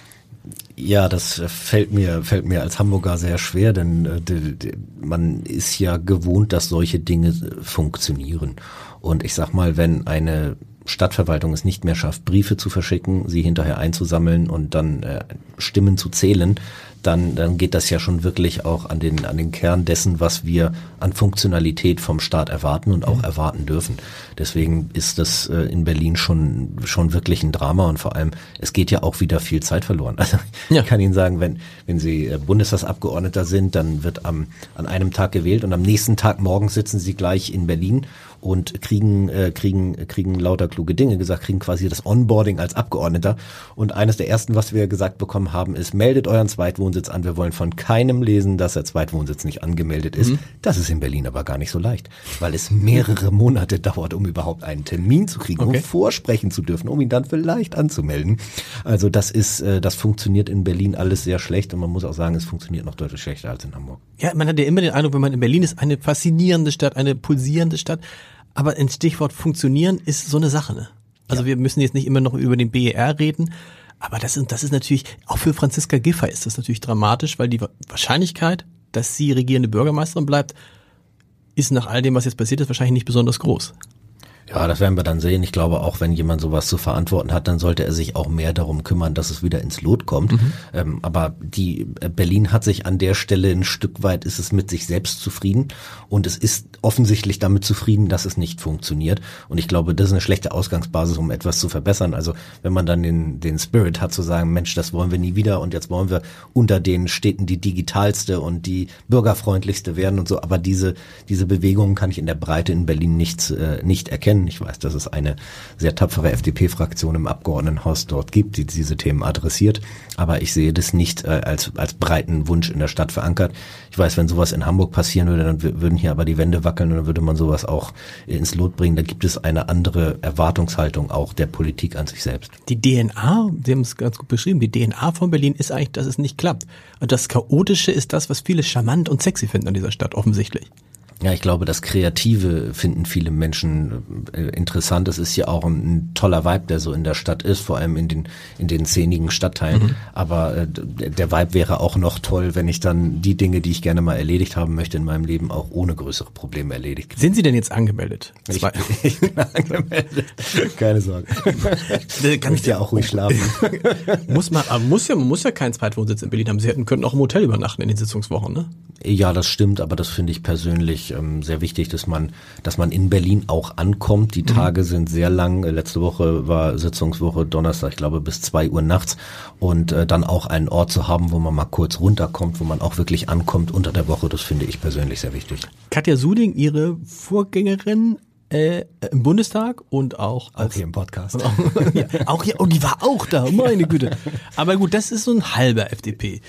Ja, das fällt mir als Hamburger sehr schwer, denn man ist ja gewohnt, dass solche Dinge funktionieren. Und ich sag mal, wenn eine Stadtverwaltung es nicht mehr schafft, Briefe zu verschicken, sie hinterher einzusammeln und dann Stimmen zu zählen, dann geht das ja schon wirklich auch an den Kern dessen, was wir an Funktionalität vom Staat erwarten und auch erwarten dürfen. Deswegen ist das in Berlin schon wirklich ein Drama und vor allem, es geht ja auch wieder viel Zeit verloren. Also ich kann Ihnen sagen, wenn Sie Bundestagsabgeordneter sind, dann wird an einem Tag gewählt und am nächsten Tag morgens sitzen Sie gleich in Berlin und kriegen lauter kluge Dinge gesagt, kriegen quasi das Onboarding als Abgeordneter. Und eines der ersten, was wir gesagt bekommen haben, ist, meldet euren Zweitwohnsitz an. Wir wollen von keinem lesen, dass der Zweitwohnsitz nicht angemeldet ist. Das ist in Berlin aber gar nicht so leicht, weil es mehrere Monate dauert, um überhaupt einen Termin zu kriegen, um vorsprechen zu dürfen, um ihn dann vielleicht anzumelden. Also das funktioniert in Berlin alles sehr schlecht und man muss auch sagen, es funktioniert noch deutlich schlechter als in Hamburg. Ja, man hat ja immer den Eindruck, wenn man in Berlin ist, eine faszinierende Stadt, eine pulsierende Stadt. Aber ein Stichwort funktionieren ist so eine Sache, ne? Also wir müssen jetzt nicht immer noch über den BER reden, aber das ist natürlich, auch für Franziska Giffey ist das natürlich dramatisch, weil die Wahrscheinlichkeit, dass sie regierende Bürgermeisterin bleibt, ist nach all dem, was jetzt passiert ist, wahrscheinlich nicht besonders groß. Ja, das werden wir dann sehen. Ich glaube auch, wenn jemand sowas zu verantworten hat, dann sollte er sich auch mehr darum kümmern, dass es wieder ins Lot kommt. Aber Berlin hat sich an der Stelle ein Stück weit, ist es mit sich selbst zufrieden und es ist offensichtlich damit zufrieden, dass es nicht funktioniert. Und ich glaube, das ist eine schlechte Ausgangsbasis, um etwas zu verbessern. Also wenn man dann den Spirit hat zu sagen, Mensch, das wollen wir nie wieder und jetzt wollen wir unter den Städten die digitalste und die bürgerfreundlichste werden und so. Aber diese Bewegungen kann ich in der Breite in Berlin nicht erkennen. kennen. Ich weiß, dass es eine sehr tapfere FDP-Fraktion im Abgeordnetenhaus dort gibt, die diese Themen adressiert. Aber ich sehe das nicht als breiten Wunsch in der Stadt verankert. Ich weiß, wenn sowas in Hamburg passieren würde, dann würden hier aber die Wände wackeln und dann würde man sowas auch ins Lot bringen. Da gibt es eine andere Erwartungshaltung auch der Politik an sich selbst. Die DNA, Sie haben es ganz gut beschrieben, die DNA von Berlin ist eigentlich, dass es nicht klappt. Und das Chaotische ist das, was viele charmant und sexy finden an dieser Stadt, offensichtlich. Ja, ich glaube, das Kreative finden viele Menschen interessant. Es ist ja auch ein toller Vibe, der so in der Stadt ist, vor allem in den szenigen Stadtteilen. Mhm. Aber der Vibe wäre auch noch toll, wenn ich dann die Dinge, die ich gerne mal erledigt haben möchte in meinem Leben, auch ohne größere Probleme erledigt kriege. Sind Sie denn jetzt angemeldet? Ich bin angemeldet. Keine Sorge. Kann ich ja auch ruhig schlafen. Man muss ja keinen Zweitwohnsitz in Berlin haben. Sie könnten auch im Hotel übernachten in den Sitzungswochen, ne? Ja, das stimmt, aber das finde ich persönlich sehr wichtig, dass man in Berlin auch ankommt. Die Tage sind sehr lang. Letzte Woche war Sitzungswoche Donnerstag, ich glaube bis 2 Uhr nachts und dann auch einen Ort zu haben, wo man mal kurz runterkommt, wo man auch wirklich ankommt unter der Woche, das finde ich persönlich sehr wichtig. Katja Suding, Ihre Vorgängerin im Bundestag und auch hier im Podcast. Ja, auch hier, und die war auch da, meine Güte. Aber gut, das ist so ein halber FDP.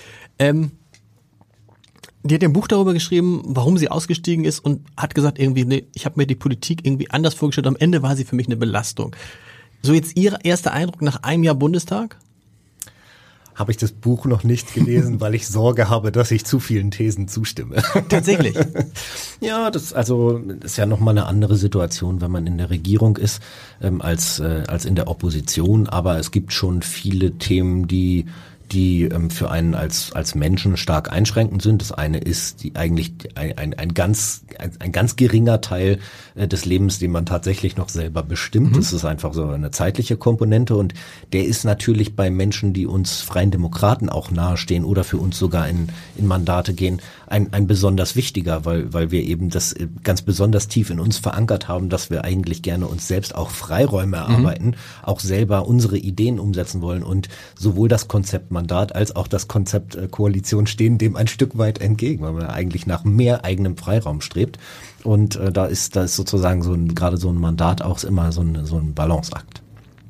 Die hat ein Buch darüber geschrieben, warum sie ausgestiegen ist und hat gesagt irgendwie, nee, ich habe mir die Politik irgendwie anders vorgestellt. Am Ende war sie für mich eine Belastung. So jetzt Ihr erster Eindruck nach einem Jahr Bundestag? Habe ich das Buch noch nicht gelesen, weil ich Sorge habe, dass ich zu vielen Thesen zustimme. Tatsächlich? Ja, das ist ja nochmal eine andere Situation, wenn man in der Regierung ist, als in der Opposition. Aber es gibt schon viele Themen, die für einen als Menschen stark einschränkend sind. Das eine ist eigentlich ein ganz geringer Teil des Lebens, den man tatsächlich noch selber bestimmt. Das ist einfach so eine zeitliche Komponente und der ist natürlich bei Menschen, die uns Freien Demokraten auch nahestehen oder für uns sogar in Mandate gehen, ein besonders wichtiger, weil wir eben das ganz besonders tief in uns verankert haben, dass wir eigentlich gerne uns selbst auch Freiräume erarbeiten, auch selber unsere Ideen umsetzen wollen und sowohl das Konzept Mandat als auch das Konzept Koalition stehen dem ein Stück weit entgegen, weil man eigentlich nach mehr eigenem Freiraum strebt. Und da ist sozusagen gerade so ein Mandat auch immer so ein Balanceakt.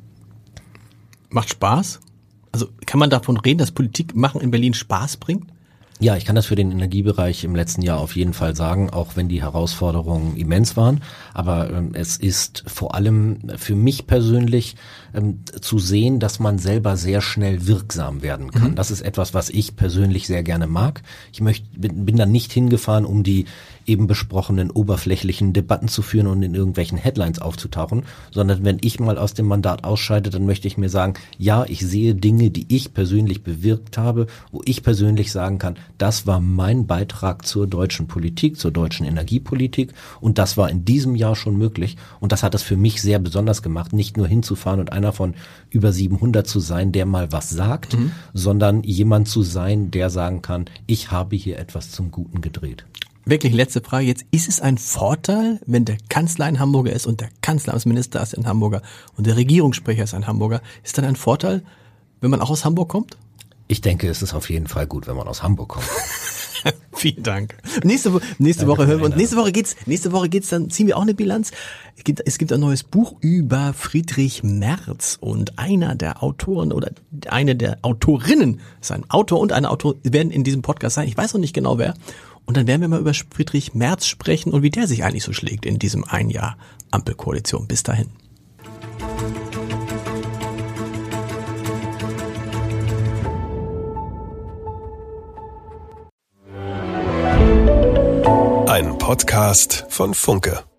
Macht Spaß? Also kann man davon reden, dass Politik machen in Berlin Spaß bringt? Ja, ich kann das für den Energiebereich im letzten Jahr auf jeden Fall sagen, auch wenn die Herausforderungen immens waren. Aber es ist vor allem für mich persönlich zu sehen, dass man selber sehr schnell wirksam werden kann. Das ist etwas, was ich persönlich sehr gerne mag. Ich bin dann nicht hingefahren, um die eben besprochenen oberflächlichen Debatten zu führen und in irgendwelchen Headlines aufzutauchen, sondern wenn ich mal aus dem Mandat ausscheide, dann möchte ich mir sagen, ja, ich sehe Dinge, die ich persönlich bewirkt habe, wo ich persönlich sagen kann, das war mein Beitrag zur deutschen Politik, zur deutschen Energiepolitik und das war in diesem Jahr schon möglich und das hat es für mich sehr besonders gemacht, nicht nur hinzufahren und einer von über 700 zu sein, der mal was sagt, sondern jemand zu sein, der sagen kann, ich habe hier etwas zum Guten gedreht. Wirklich letzte Frage jetzt. Ist es ein Vorteil, wenn der Kanzler ein Hamburger ist und der Kanzleramtsminister ist ein Hamburger und der Regierungssprecher ist ein Hamburger? Ist dann ein Vorteil, wenn man auch aus Hamburg kommt? Ich denke, es ist auf jeden Fall gut, wenn man aus Hamburg kommt. Vielen Dank. Nächste Woche hören wir uns. Nächste Woche geht's, dann ziehen wir auch eine Bilanz. Es gibt ein neues Buch über Friedrich Merz und einer der Autoren oder eine der Autorinnen, das ist ein Autor und eine Autorin, werden in diesem Podcast sein. Ich weiß noch nicht genau wer. Und dann werden wir mal über Friedrich Merz sprechen und wie der sich eigentlich so schlägt in diesem ein Jahr Ampelkoalition. Bis dahin. Ein Podcast von Funke.